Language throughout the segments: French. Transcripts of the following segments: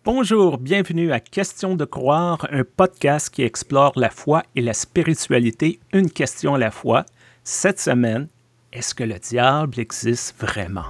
Bonjour, bienvenue à Question de croire, un podcast qui explore la foi et la spiritualité, une question à la fois. Cette semaine, est-ce que le diable existe vraiment?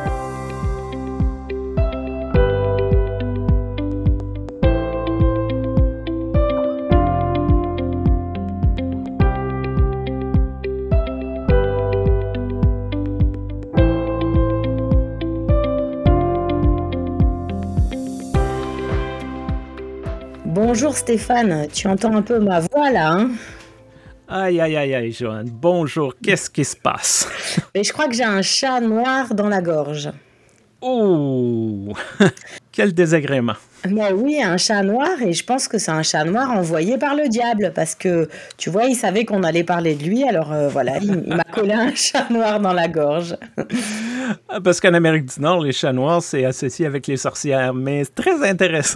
Bonjour Stéphane, tu entends un peu ma voix là, hein? Aïe, Joanne. Bonjour, qu'est-ce qui se passe? Mais je crois que j'ai un chat noir dans la gorge. Oh! Quel désagrément. Mais oui, un chat noir, et je pense que c'est un chat noir envoyé par le diable, parce que, tu vois, il savait qu'on allait parler de lui, alors voilà, il m'a collé un chat noir dans la gorge. Parce qu'en Amérique du Nord, les chats noirs, c'est associé avec les sorcières, mais c'est très intéressant.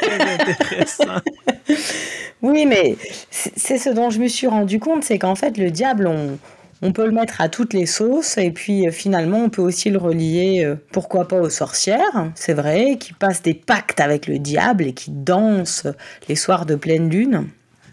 Oui, mais c'est ce dont je me suis rendu compte, c'est qu'en fait, le diable, on peut le mettre à toutes les sauces, et puis finalement, on peut aussi le relier, pourquoi pas aux sorcières, c'est vrai, qui passent des pactes avec le diable et qui dansent les soirs de pleine lune.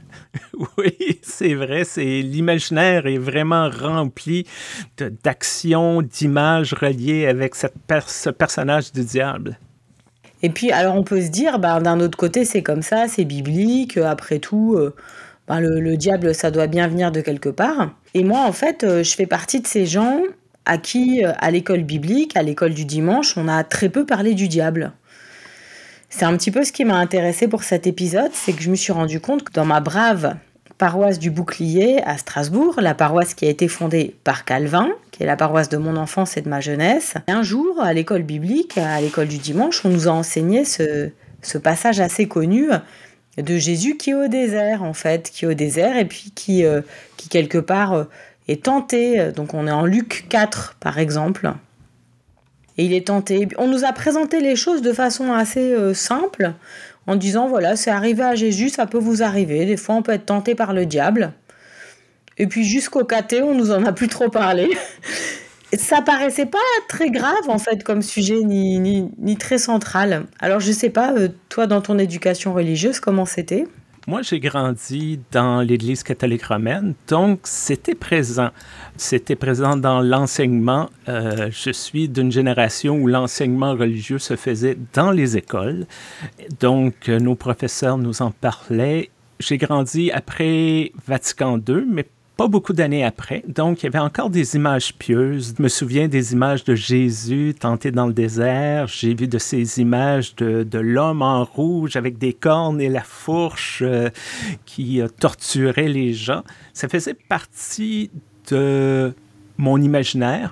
Oui, c'est vrai, l'imaginaire est vraiment rempli d'actions, d'images reliées avec ce personnage du diable. Et puis, alors on peut se dire, d'un autre côté, c'est comme ça, c'est biblique, après tout, le diable, ça doit bien venir de quelque part. Et moi, en fait, je fais partie de ces gens à qui, à l'école biblique, à l'école du dimanche, on a très peu parlé du diable. C'est un petit peu ce qui m'a intéressée pour cet épisode, c'est que je me suis rendu compte que dans ma brave paroisse du Bouclier à Strasbourg, la paroisse qui a été fondée par Calvin, qui est la paroisse de mon enfance et de ma jeunesse, un jour, à l'école biblique, à l'école du dimanche, on nous a enseigné ce passage assez connu de Jésus qui est au désert, en fait, qui est au désert et puis qui quelque part, est tenté. Donc on est en Luc 4, par exemple. Et il est tenté. On nous a présenté les choses de façon assez simple, en disant, voilà, c'est arrivé à Jésus, ça peut vous arriver. Des fois, on peut être tenté par le diable. Et puis jusqu'au caté, on nous en a plus trop parlé. Ça paraissait pas très grave, en fait, comme sujet, ni très central. Alors, je sais pas, toi, dans ton éducation religieuse, comment c'était ? Moi, j'ai grandi dans l'Église catholique romaine, donc c'était présent. C'était présent dans l'enseignement. Je suis d'une génération où l'enseignement religieux se faisait dans les écoles. Donc, nos professeurs nous en parlaient. J'ai grandi après Vatican II, mais pas beaucoup d'années après. Donc, il y avait encore des images pieuses. Je me souviens des images de Jésus tenté dans le désert. J'ai vu de ces images de l'homme en rouge avec des cornes et la fourche qui torturait les gens. Ça faisait partie de mon imaginaire.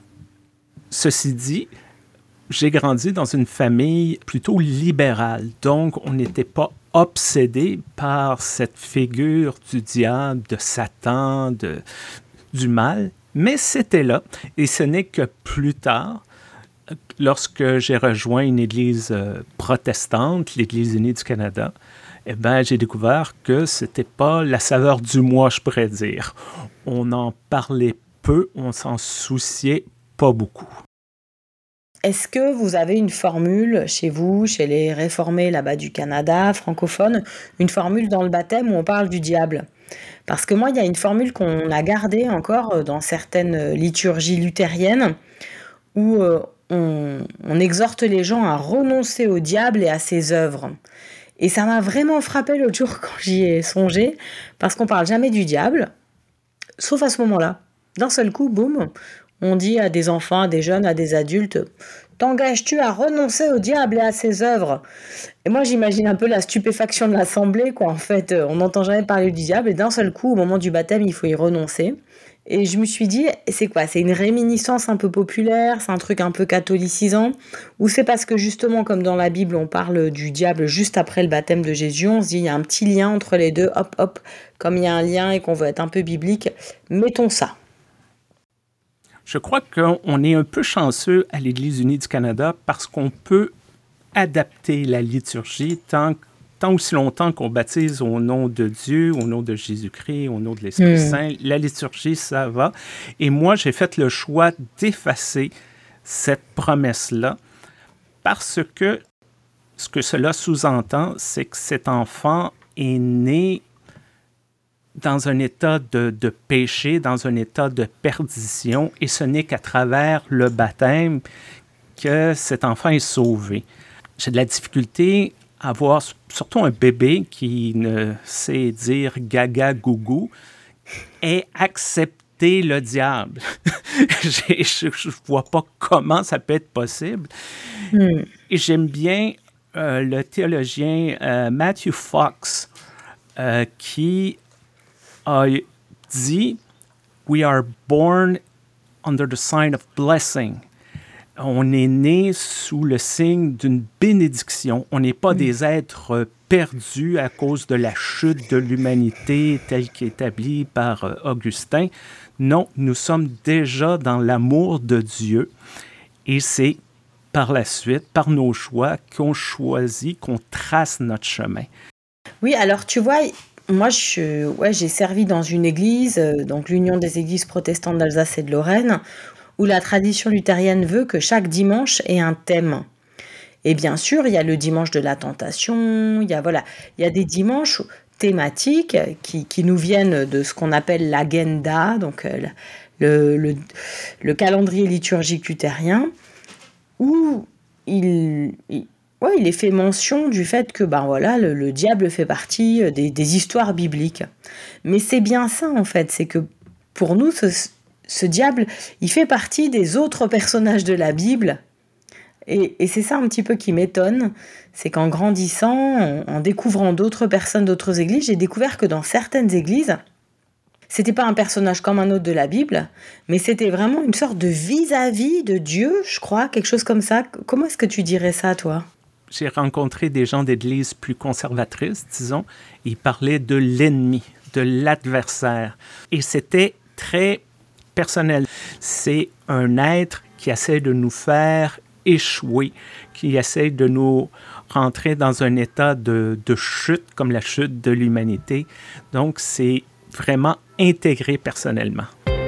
Ceci dit, j'ai grandi dans une famille plutôt libérale. Donc, on n'était pas obsédé par cette figure du diable, de Satan, du mal, mais c'était là. Et ce n'est que plus tard, lorsque j'ai rejoint une église protestante, l'Église unie du Canada, eh ben, j'ai découvert que c'était pas la saveur du mois, je pourrais dire. On en parlait peu, on s'en souciait pas beaucoup. Est-ce que vous avez une formule chez vous, chez les réformés là-bas du Canada, francophones, une formule dans le baptême où on parle du diable ? Parce que moi, il y a une formule qu'on a gardée encore dans certaines liturgies luthériennes où on exhorte les gens à renoncer au diable et à ses œuvres. Et ça m'a vraiment frappé l'autre jour quand j'y ai songé, parce qu'on parle jamais du diable, sauf à ce moment-là. D'un seul coup, boum, on dit à des enfants, à des jeunes, à des adultes, t'engages-tu à renoncer au diable et à ses œuvres ? Et moi, j'imagine un peu la stupéfaction de l'assemblée, quoi. En fait, on n'entend jamais parler du diable, et d'un seul coup, au moment du baptême, il faut y renoncer. Et je me suis dit, c'est quoi ? C'est une réminiscence un peu populaire, c'est un truc un peu catholicisant, ou c'est parce que justement, comme dans la Bible, on parle du diable juste après le baptême de Jésus, on se dit, il y a un petit lien entre les deux, hop, comme il y a un lien et qu'on veut être un peu biblique, mettons ça. Je crois qu'on est un peu chanceux à l'Église unie du Canada parce qu'on peut adapter la liturgie tant aussi longtemps qu'on baptise au nom de Dieu, au nom de Jésus-Christ, au nom de l'Esprit Saint. La liturgie, ça va. Et moi, j'ai fait le choix d'effacer cette promesse-là parce que Ce que cela sous-entend, c'est que cet enfant est né dans un état de péché, dans un état de perdition, et ce n'est qu'à travers le baptême que cet enfant est sauvé. J'ai de la difficulté à voir, surtout un bébé qui ne sait dire gaga gougou, et accepter le diable. Je ne vois pas comment ça peut être possible. Et j'aime bien le théologien Matthew Fox qui a dit « We are born under the sign of blessing ». On est né sous le signe d'une bénédiction. On n'est pas des êtres perdus à cause de la chute de l'humanité telle qu'établie par Augustin. Non, nous sommes déjà dans l'amour de Dieu et c'est par la suite, par nos choix, qu'on choisit, qu'on trace notre chemin. Oui, alors tu vois, moi j'ai servi dans une église, donc l'Union des églises protestantes d'Alsace et de Lorraine, où la tradition luthérienne veut que chaque dimanche ait un thème. Et bien sûr, il y a le dimanche de la tentation, il y a des dimanches thématiques qui nous viennent de ce qu'on appelle l'agenda, donc le calendrier liturgique luthérien, où il est fait mention du fait que le diable fait partie des histoires bibliques. Mais c'est bien ça en fait, c'est que pour nous, ce diable, il fait partie des autres personnages de la Bible. Et c'est ça un petit peu qui m'étonne, c'est qu'en grandissant, en découvrant d'autres personnes, d'autres églises, j'ai découvert que dans certaines églises, c'était pas un personnage comme un autre de la Bible, mais c'était vraiment une sorte de vis-à-vis de Dieu, je crois, quelque chose comme ça. Comment est-ce que tu dirais ça, toi ? J'ai rencontré des gens d'églises plus conservatrices, disons, ils parlaient de l'ennemi, de l'adversaire. Et c'était très personnel. C'est un être qui essaie de nous faire échouer, qui essaie de nous rentrer dans un état de chute, comme la chute de l'humanité. Donc, c'est vraiment intégré personnellement.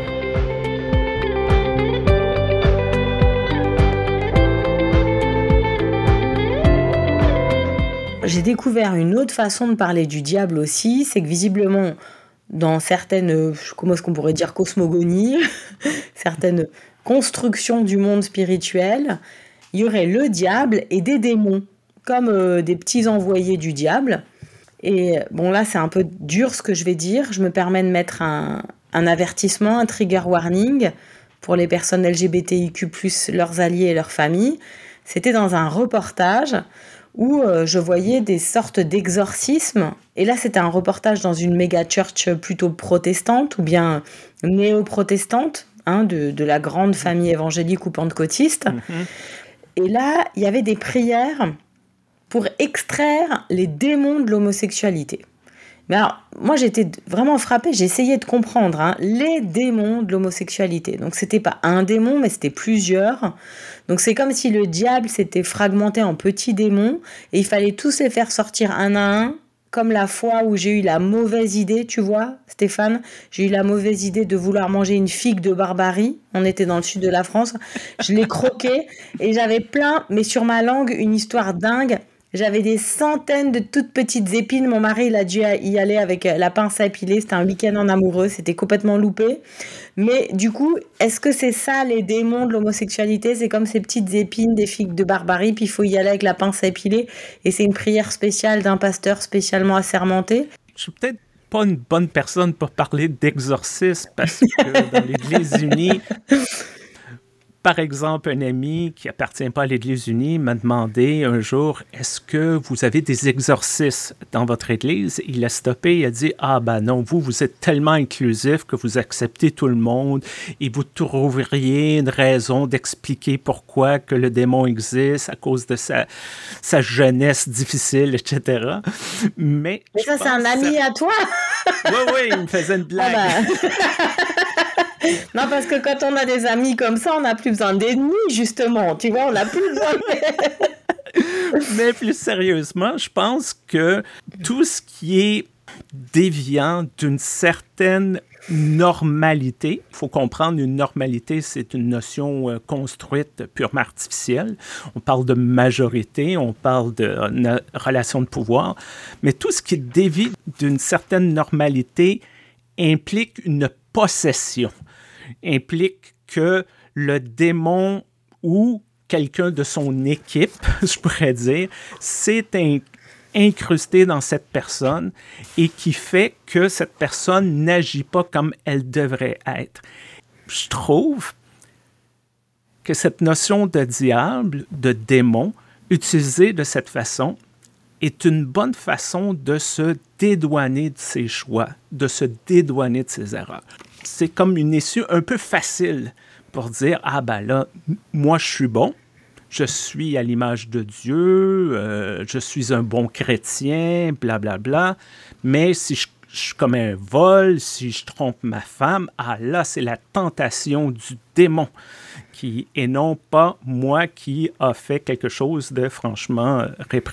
J'ai découvert une autre façon de parler du diable aussi, c'est que visiblement, dans certaines, comment est-ce qu'on pourrait dire, cosmogonies, certaines constructions du monde spirituel, il y aurait le diable et des démons, comme des petits envoyés du diable. Et bon, là, c'est un peu dur ce que je vais dire. Je me permets de mettre un avertissement, un trigger warning pour les personnes LGBTIQ+, leurs alliés et leurs familles. C'était dans un reportage où je voyais des sortes d'exorcismes. Et là, c'était un reportage dans une méga church plutôt protestante ou bien néo-protestante, de la grande famille évangélique ou pentecôtiste. Et là, il y avait des prières pour extraire les démons de l'homosexualité. Mais alors, moi, j'étais vraiment frappée, j'ai essayé de comprendre, les démons de l'homosexualité. Donc, c'était pas un démon, mais c'était plusieurs. Donc, c'est comme si le diable s'était fragmenté en petits démons, et il fallait tous les faire sortir un à un, comme la fois où j'ai eu la mauvaise idée, tu vois, Stéphane, j'ai eu la mauvaise idée de vouloir manger une figue de Barbarie. On était dans le sud de la France, je l'ai croquée, et j'avais mais sur ma langue, une histoire dingue. J'avais des centaines de toutes petites épines. Mon mari, il a dû y aller avec la pince à épiler. C'était un week-end en amoureux. C'était complètement loupé. Mais du coup, est-ce que c'est ça, les démons de l'homosexualité ? C'est comme ces petites épines des figues de Barbarie, puis il faut y aller avec la pince à épiler. Et c'est une prière spéciale d'un pasteur spécialement assermenté. Je suis peut-être pas une bonne personne pour parler d'exorcisme, parce que dans l'Église unie... Par exemple, un ami qui appartient pas à l'Église unie m'a demandé un jour, est-ce que vous avez des exorcistes dans votre Église? Il a stoppé, il a dit, ah ben non, vous êtes tellement inclusif que vous acceptez tout le monde et vous trouveriez une raison d'expliquer pourquoi que le démon existe à cause de sa jeunesse difficile, etc. Mais ça, c'est un ami à toi? Oui, il me faisait une blague. Ah bah. Non, parce que quand on a des amis comme ça, on n'a plus besoin d'ennemis, justement. Tu vois, on n'a plus besoin. Mais plus sérieusement, je pense que tout ce qui est déviant d'une certaine normalité. Il faut comprendre, une normalité, c'est une notion construite purement artificielle. On parle de majorité, on parle de relation de pouvoir, mais tout ce qui dévie d'une certaine normalité implique une possession, implique que le démon ou quelqu'un de son équipe, je pourrais dire, s'est incrusté dans cette personne et qui fait que cette personne n'agit pas comme elle devrait être. Je trouve que cette notion de diable, de démon, utilisée de cette façon, est une bonne façon de se dédouaner de ses choix, de se dédouaner de ses erreurs. C'est comme une issue un peu facile pour dire « Ah ben là, moi je suis bon, je suis à l'image de Dieu, je suis un bon chrétien, blablabla, bla, bla. Mais si je commets un vol, si je trompe ma femme, ah là, c'est la tentation du démon, et non pas moi qui a fait quelque chose de franchement répréhensible. »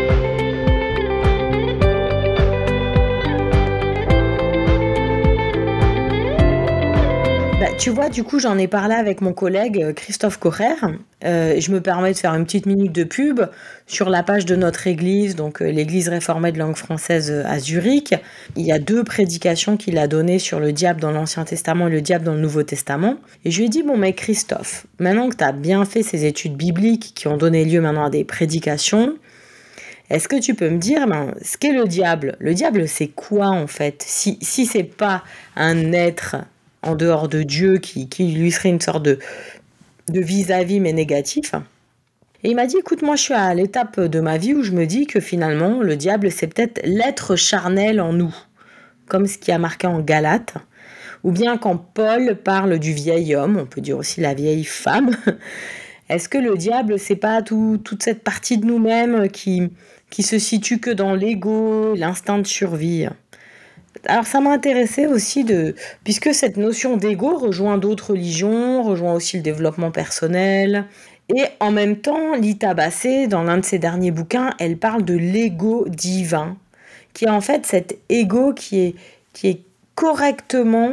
Tu vois, du coup, j'en ai parlé avec mon collègue Christophe Correr. Je me permets de faire une petite minute de pub sur la page de notre église, donc l'église réformée de langue française à Zurich. Il y a 2 prédications qu'il a données sur le diable dans l'Ancien Testament et le diable dans le Nouveau Testament. Et je lui ai dit, bon, mais Christophe, maintenant que tu as bien fait ces études bibliques qui ont donné lieu maintenant à des prédications, est-ce que tu peux me dire ce qu'est le diable? Le diable, c'est quoi en fait? Si c'est pas un être en dehors de Dieu, qui lui serait une sorte de vis-à-vis, mais négatif. Et il m'a dit, écoute, moi je suis à l'étape de ma vie où je me dis que finalement, le diable, c'est peut-être l'être charnel en nous, comme ce qui a marqué en Galates, ou bien quand Paul parle du vieil homme, on peut dire aussi la vieille femme. Est-ce que le diable, c'est pas toute cette partie de nous-mêmes qui se situe que dans l'ego, l'instinct de survie? Alors ça m'a intéressé aussi puisque cette notion d'ego rejoint d'autres religions, rejoint aussi le développement personnel. Et en même temps, Lita Bassé, dans l'un de ses derniers bouquins, elle parle de l'ego divin, qui est en fait cet ego qui est correctement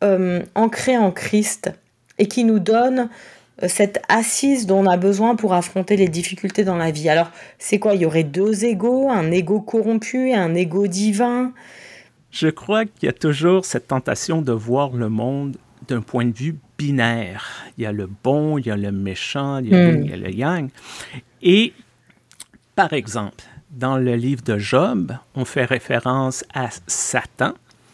ancré en Christ et qui nous donne cette assise dont on a besoin pour affronter les difficultés dans la vie. Alors, c'est quoi? Il y aurait 2 égos, un ego corrompu et un ego divin. Je crois qu'il y a toujours cette tentation de voir le monde d'un point de vue binaire. Il y a le bon, il y a le méchant, il y a le yin, il y a le yang. Et, par exemple, dans le livre de Job, on fait référence à Satan,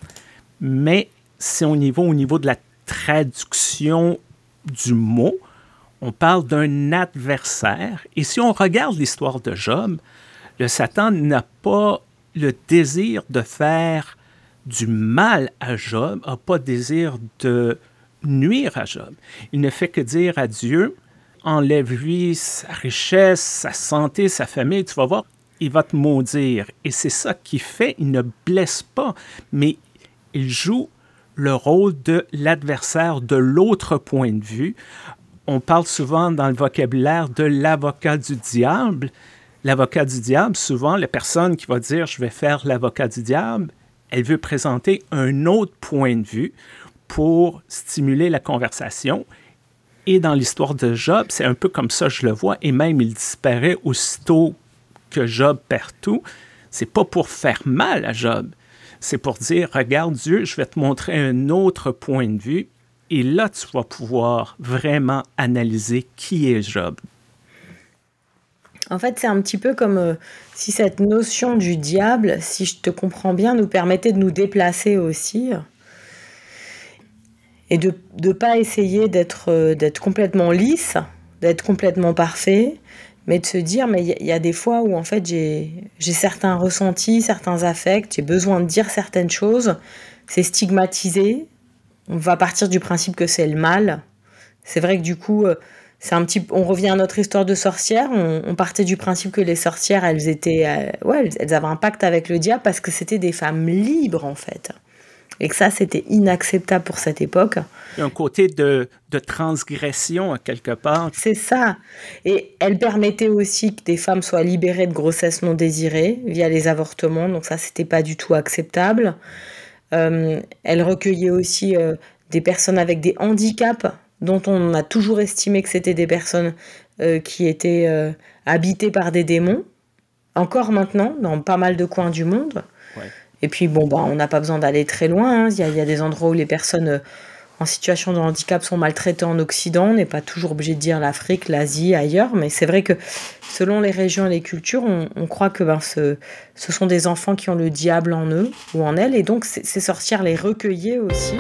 mais si on y va au niveau de la traduction du mot, on parle d'un adversaire. Et si on regarde l'histoire de Job, le Satan n'a pas le désir de faire du mal à Job, n'a pas désir de nuire à Job. Il ne fait que dire à Dieu, enlève-lui sa richesse, sa santé, sa famille, tu vas voir, il va te maudire. Et c'est ça qu'il fait, il ne blesse pas, mais il joue le rôle de l'adversaire de l'autre point de vue. On parle souvent dans le vocabulaire de l'avocat du diable. L'avocat du diable, souvent, la personne qui va dire « je vais faire l'avocat du diable », elle veut présenter un autre point de vue pour stimuler la conversation. Et dans l'histoire de Job, c'est un peu comme ça je le vois, et même il disparaît aussitôt que Job perd tout. C'est pas pour faire mal à Job, c'est pour dire « regarde Dieu, je vais te montrer un autre point de vue ». Et là, tu vas pouvoir vraiment analyser qui est Job. En fait, c'est un petit peu comme si cette notion du diable, si je te comprends bien, nous permettait de nous déplacer aussi et de ne pas essayer d'être complètement lisse, d'être complètement parfait, mais de se dire, mais il y a des fois où en fait j'ai certains ressentis, certains affects, j'ai besoin de dire certaines choses, c'est stigmatisé, on va partir du principe que c'est le mal. C'est vrai que du coup... on revient à notre histoire de sorcières. On partait du principe que les sorcières, elles avaient un pacte avec le diable parce que c'était des femmes libres, en fait. Et que ça, c'était inacceptable pour cette époque. Il y a un côté de transgression, à quelque part. C'est ça. Et elles permettaient aussi que des femmes soient libérées de grossesses non désirées via les avortements. Donc ça, c'était pas du tout acceptable. Elle recueillait aussi, des personnes avec des handicaps dont on a toujours estimé que c'était des personnes, qui étaient, habitées par des démons. Encore maintenant, dans pas mal de coins du monde. Ouais. Et puis bon, bah, on n'a pas besoin d'aller très loin, hein. Il y a des endroits où les personnes, en situation de handicap sont maltraitées en Occident. On n'est pas toujours obligé de dire l'Afrique, l'Asie, ailleurs, mais c'est vrai que selon les régions et les cultures, on croit que, ben, ce sont des enfants qui ont le diable en eux ou en elles et donc ces sorcières les recueillaient aussi.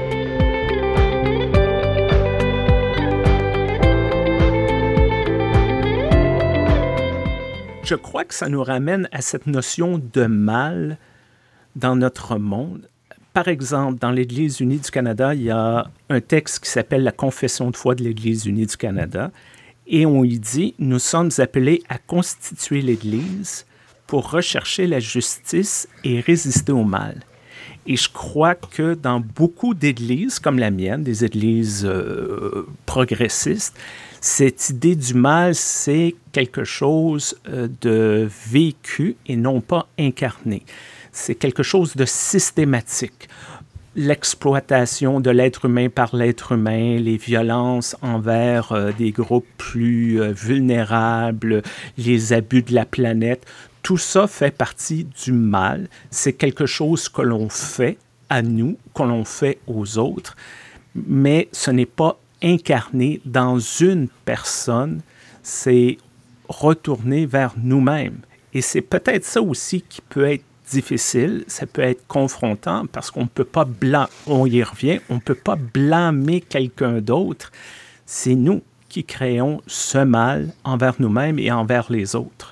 Je crois que ça nous ramène à cette notion de mal dans notre monde. Par exemple, dans l'Église unie du Canada, il y a un texte qui s'appelle la Confession de foi de l'Église unie du Canada. Et on y dit, nous sommes appelés à constituer l'Église pour rechercher la justice et résister au mal. Et je crois que dans beaucoup d'églises, comme la mienne, des églises progressistes, cette idée du mal, c'est quelque chose de vécu et non pas incarné. C'est quelque chose de systématique. L'exploitation de l'être humain par l'être humain, les violences envers des groupes plus vulnérables, les abus de la planète, tout ça fait partie du mal. C'est quelque chose que l'on fait à nous, que l'on fait aux autres, mais ce n'est pas incarné dans une personne, c'est retourner vers nous-mêmes. Et c'est peut-être ça aussi qui peut être difficile, ça peut être confrontant parce qu'on ne peut pas on y revient, on ne peut pas blâmer quelqu'un d'autre. C'est nous qui créons ce mal envers nous-mêmes et envers les autres.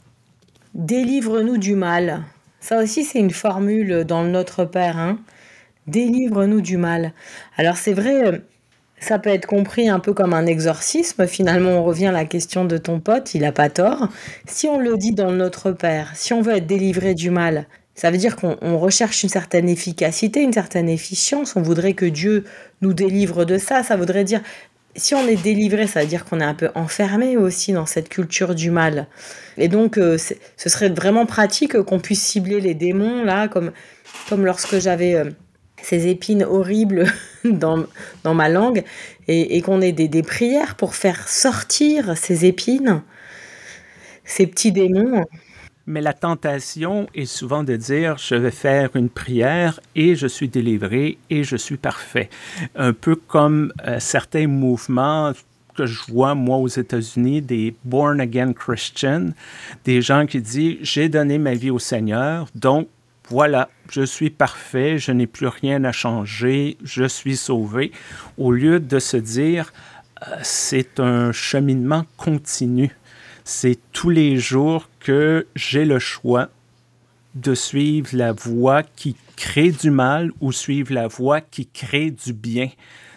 Délivre-nous du mal. Ça aussi, c'est une formule dans le Notre Père, hein. Délivre-nous du mal. Alors c'est vrai, ça peut être compris un peu comme un exorcisme. Finalement, on revient à la question de ton pote, il n'a pas tort. Si on le dit dans le Notre Père, si on veut être délivré du mal, ça veut dire qu'on recherche une certaine efficacité, une certaine efficience. On voudrait que Dieu nous délivre de ça. Ça voudrait dire, si on est délivré, ça veut dire qu'on est un peu enfermé aussi dans cette culture du mal. Et donc, ce serait vraiment pratique qu'on puisse cibler les démons, là, comme lorsque j'avais ces épines horribles dans ma langue, et qu'on ait des prières pour faire sortir ces épines, ces petits démons. Mais la tentation est souvent de dire, je vais faire une prière et je suis délivré et je suis parfait. Un peu comme certains mouvements que je vois, moi, aux États-Unis, des born-again Christians, des gens qui disent, j'ai donné ma vie au Seigneur, donc voilà, je suis parfait, je n'ai plus rien à changer, je suis sauvé, au lieu de se dire, c'est un cheminement continu. C'est tous les jours que j'ai le choix de suivre la voie qui crée du mal ou suivre la voie qui crée du bien.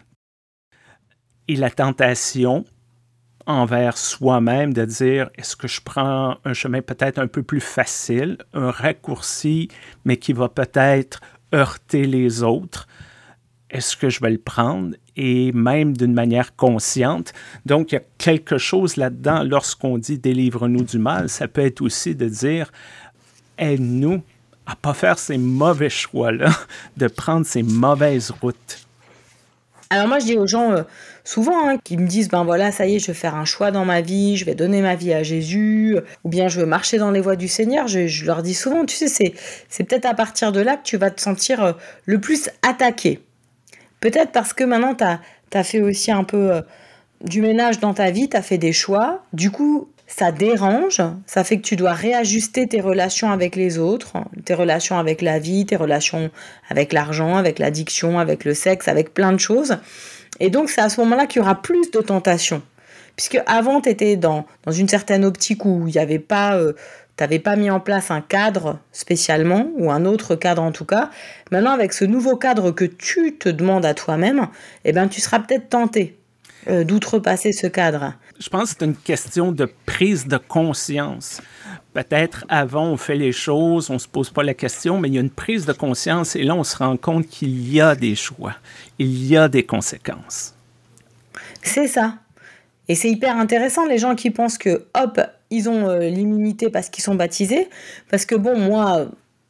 Et la tentation envers soi-même de dire, est-ce que je prends un chemin peut-être un peu plus facile, un raccourci, mais qui va peut-être heurter les autres? Est-ce que je vais le prendre? Et même d'une manière consciente. Donc, il y a quelque chose là-dedans, lorsqu'on dit « délivre-nous du mal », ça peut être aussi de dire « aide-nous à ne pas faire ces mauvais choix-là, de prendre ces mauvaises routes ». Alors moi, je dis aux gens, souvent, hein, qui me disent, ben voilà, ça y est, je vais faire un choix dans ma vie, je vais donner ma vie à Jésus, ou bien je veux marcher dans les voies du Seigneur, je leur dis souvent, tu sais, c'est peut-être à partir de là que tu vas te sentir le plus attaqué. Peut-être parce que maintenant, tu as fait aussi un peu du ménage dans ta vie, tu as fait des choix, du coup, ça dérange, ça fait que tu dois réajuster tes relations avec les autres, tes relations avec la vie, tes relations avec l'argent, avec l'addiction, avec le sexe, avec plein de choses. Et donc, c'est à ce moment-là qu'il y aura plus de tentations. Puisque avant, tu étais dans une certaine optique où il n'y avait pas... t'avais pas mis en place un cadre spécialement, ou un autre cadre en tout cas. Maintenant, avec ce nouveau cadre que tu te demandes à toi-même, eh ben, tu seras peut-être tenté d'outrepasser ce cadre. Je pense que c'est une question de prise de conscience. Peut-être avant, on fait les choses, on ne se pose pas la question, mais il y a une prise de conscience et là, on se rend compte qu'il y a des choix, il y a des conséquences. C'est ça. Et c'est hyper intéressant, les gens qui pensent que, hop, ils ont l'immunité parce qu'ils sont baptisés. Parce que bon, moi,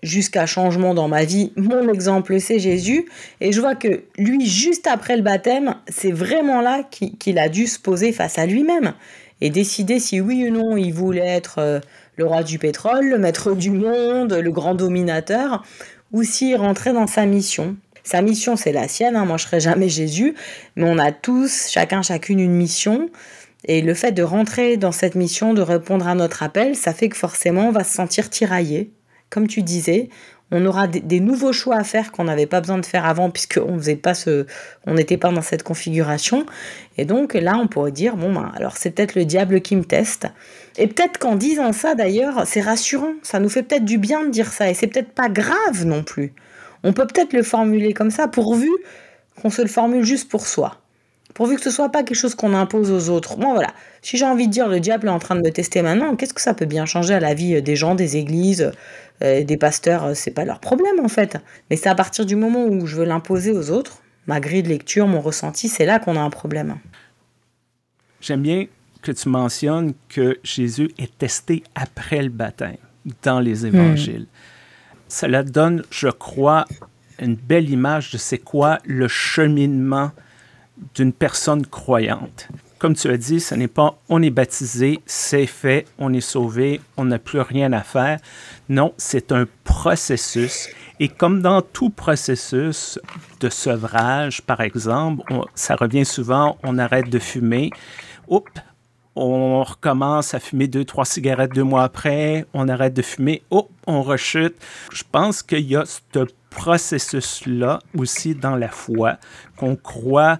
jusqu'à changement dans ma vie. Mon exemple, c'est Jésus. Et je vois que lui, juste après le baptême, c'est vraiment là qu'il a dû se poser face à lui-même et décider si oui ou non il voulait être le roi du pétrole, le maître du monde, le grand dominateur, ou s'il rentrait dans sa mission. Sa mission, c'est la sienne, hein. Moi je serai jamais Jésus, mais on a tous, chacune une mission. Et le fait de rentrer dans cette mission, de répondre à notre appel, ça fait que forcément on va se sentir tiraillé. Comme tu disais, on aura des nouveaux choix à faire qu'on n'avait pas besoin de faire avant puisqu'on n'était pas dans cette configuration. Et donc là, on pourrait dire, alors c'est peut-être le diable qui me teste. Et peut-être qu'en disant ça d'ailleurs, c'est rassurant. Ça nous fait peut-être du bien de dire ça. Et c'est peut-être pas grave non plus. On peut peut-être le formuler comme ça, pourvu qu'on se le formule juste pour soi. Pourvu que ce soit pas quelque chose qu'on impose aux autres. Moi, voilà. Si j'ai envie de dire le diable est en train de me tester maintenant, qu'est-ce que ça peut bien changer à la vie des gens, des églises, des pasteurs, c'est pas leur problème en fait. Mais c'est à partir du moment où je veux l'imposer aux autres, ma grille de lecture, mon ressenti, c'est là qu'on a un problème. J'aime bien que tu mentionnes que Jésus est testé après le baptême dans les évangiles. Cela donne, je crois, une belle image de c'est quoi le cheminement d'une personne croyante. Comme tu as dit, ce n'est pas on est baptisé, c'est fait, on est sauvé, on n'a plus rien à faire. Non, c'est un processus. Et comme dans tout processus de sevrage, par exemple, ça revient souvent, on arrête de fumer. Oups, on recommence à fumer 2-3 cigarettes 2 mois après, on arrête de fumer, on rechute. Je pense qu'il y a ce processus-là aussi dans la foi, qu'on croit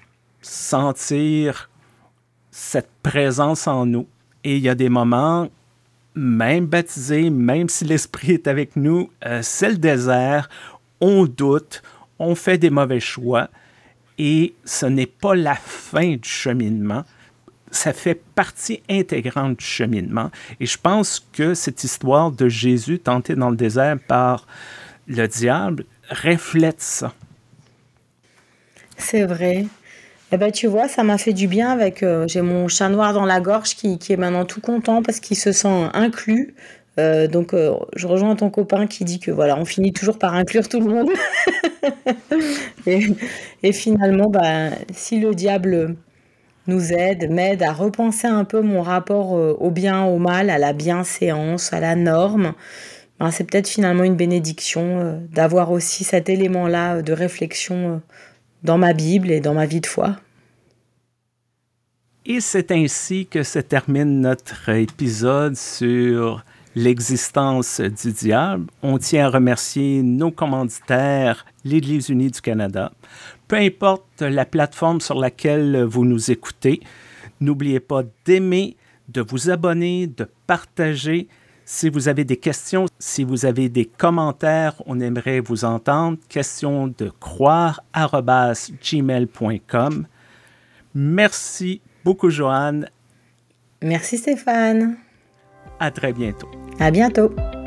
sentir cette présence en nous. Et il y a des moments, même baptisés, même si l'Esprit est avec nous, c'est le désert, on doute, on fait des mauvais choix, et ce n'est pas la fin du cheminement. Ça fait partie intégrante du cheminement. Et je pense que cette histoire de Jésus tenté dans le désert par le diable reflète ça. C'est vrai. Eh ben, tu vois, ça m'a fait du bien avec... j'ai mon chat noir dans la gorge qui est maintenant tout content parce qu'il se sent inclus. Donc, je rejoins ton copain qui dit que voilà, on finit toujours par inclure tout le monde. et finalement, si le diable m'aide à repenser un peu mon rapport au bien, au mal, à la bienséance, à la norme, c'est peut-être finalement une bénédiction d'avoir aussi cet élément-là de réflexion dans ma Bible et dans ma vie de foi. Et c'est ainsi que se termine notre épisode sur l'existence du diable. On tient à remercier nos commanditaires, l'Église unie du Canada. Peu importe la plateforme sur laquelle vous nous écoutez, n'oubliez pas d'aimer, de vous abonner, de partager. Si vous avez des questions, si vous avez des commentaires, on aimerait vous entendre. Question de croire@gmail.com. Merci beaucoup, Joanne. Merci Stéphane. À très bientôt. À bientôt.